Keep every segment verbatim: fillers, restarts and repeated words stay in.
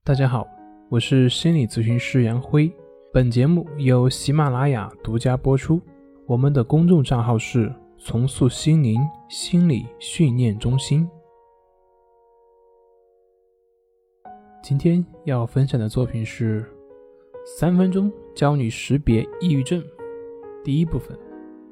大家好，我是心理咨询师杨辉，本节目由喜马拉雅独家播出。我们的公众账号是重塑心灵心理训练中心。今天要分享的作品是三分钟教你识别抑郁症，第一部分。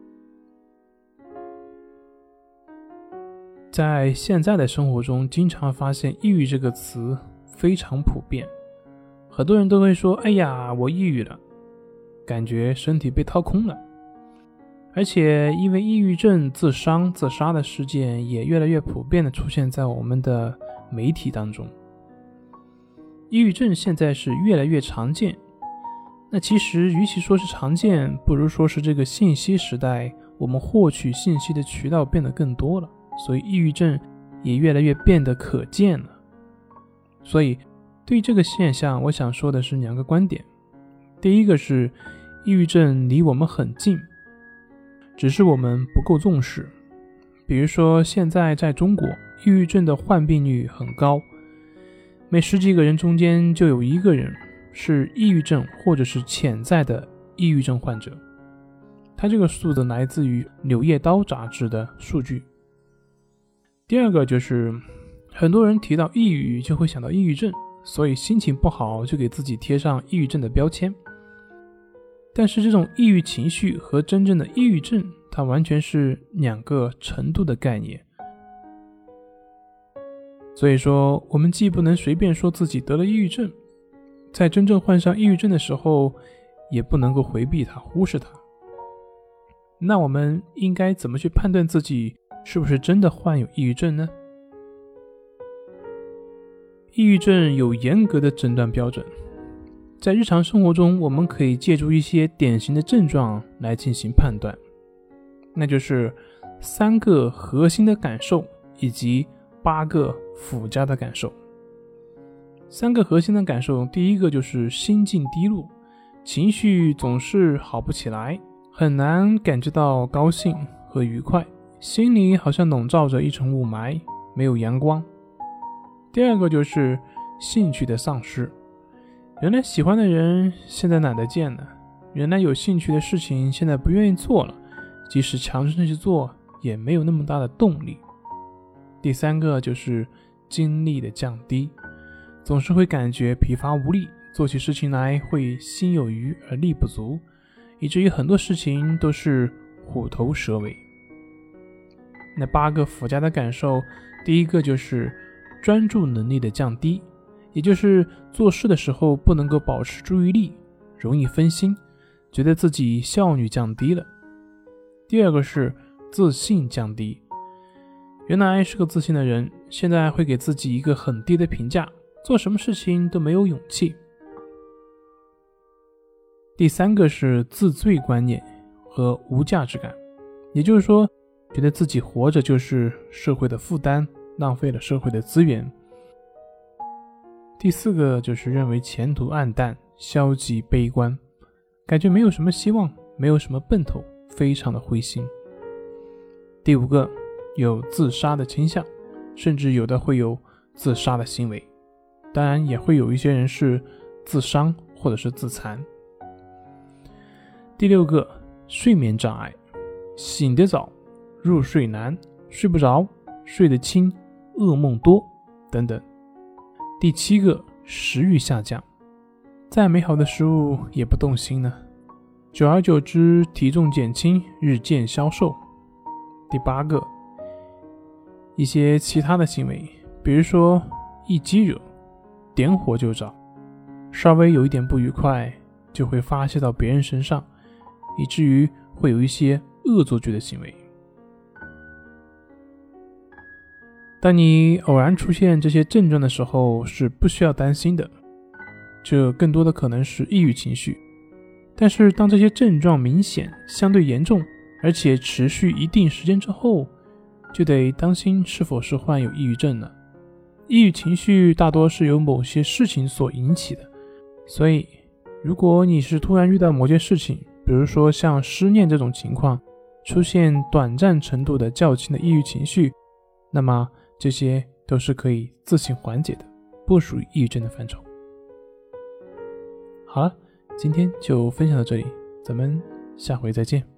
在现在的生活中，经常发现抑郁这个词非常普遍，很多人都会说，哎呀，我抑郁了，感觉身体被掏空了。而且因为抑郁症自伤自杀的事件也越来越普遍地出现在我们的媒体当中。抑郁症现在是越来越常见，那其实与其说是常见，不如说是这个信息时代，我们获取信息的渠道变得更多了，所以抑郁症也越来越变得可见了。所以对于这个现象，我想说的是两个观点。第一个是抑郁症离我们很近，只是我们不够重视。比如说现在在中国，抑郁症的患病率很高，每十几个人中间就有一个人是抑郁症或者是潜在的抑郁症患者。它这个数字来自于《柳叶刀》杂志的数据。第二个就是很多人提到抑郁就会想到抑郁症，所以心情不好就给自己贴上抑郁症的标签。但是这种抑郁情绪和真正的抑郁症，它完全是两个程度的概念。所以说我们既不能随便说自己得了抑郁症，在真正患上抑郁症的时候也不能够回避它，忽视它。那我们应该怎么去判断自己是不是真的患有抑郁症呢？抑郁症有严格的诊断标准，在日常生活中我们可以借助一些典型的症状来进行判断，那就是三个核心的感受以及八个附加的感受。三个核心的感受，第一个就是心境低落，情绪总是好不起来，很难感觉到高兴和愉快，心里好像笼罩着一层雾霾，没有阳光。第二个就是兴趣的丧失，原来喜欢的人现在懒得见了，原来有兴趣的事情现在不愿意做了，即使强行去做也没有那么大的动力。第三个就是精力的降低，总是会感觉疲乏无力，做起事情来会心有余而力不足，以至于很多事情都是虎头蛇尾。那八个附加的感受，第一个就是专注能力的降低，也就是做事的时候不能够保持注意力，容易分心，觉得自己效率降低了。第二个是自信降低，原来是个自信的人，现在会给自己一个很低的评价，做什么事情都没有勇气。第三个是自罪观念和无价值感，也就是说觉得自己活着就是社会的负担，浪费了社会的资源。第四个就是认为前途暗淡，消极悲观，感觉没有什么希望，没有什么奔头，非常的灰心。第五个有自杀的倾向，甚至有的会有自杀的行为，当然也会有一些人是自伤或者是自残。第六个睡眠障碍，醒得早，入睡难，睡不着，睡得轻，噩梦多等等。第七个食欲下降，再美好的食物也不动心呢，久而久之体重减轻，日渐消瘦。第八个一些其他的行为，比如说一激惹，点火就着，稍微有一点不愉快就会发泄到别人身上，以至于会有一些恶作剧的行为。当你偶然出现这些症状的时候，是不需要担心的，这更多的可能是抑郁情绪。但是当这些症状明显、相对严重，而且持续一定时间之后，就得当心是否是患有抑郁症了。抑郁情绪大多是由某些事情所引起的，所以如果你是突然遇到某件事情，比如说像失恋这种情况，出现短暂程度的较轻的抑郁情绪，那么这些都是可以自行缓解的，不属于抑郁症的范畴。 好了，今天就分享到这里，咱们下回再见。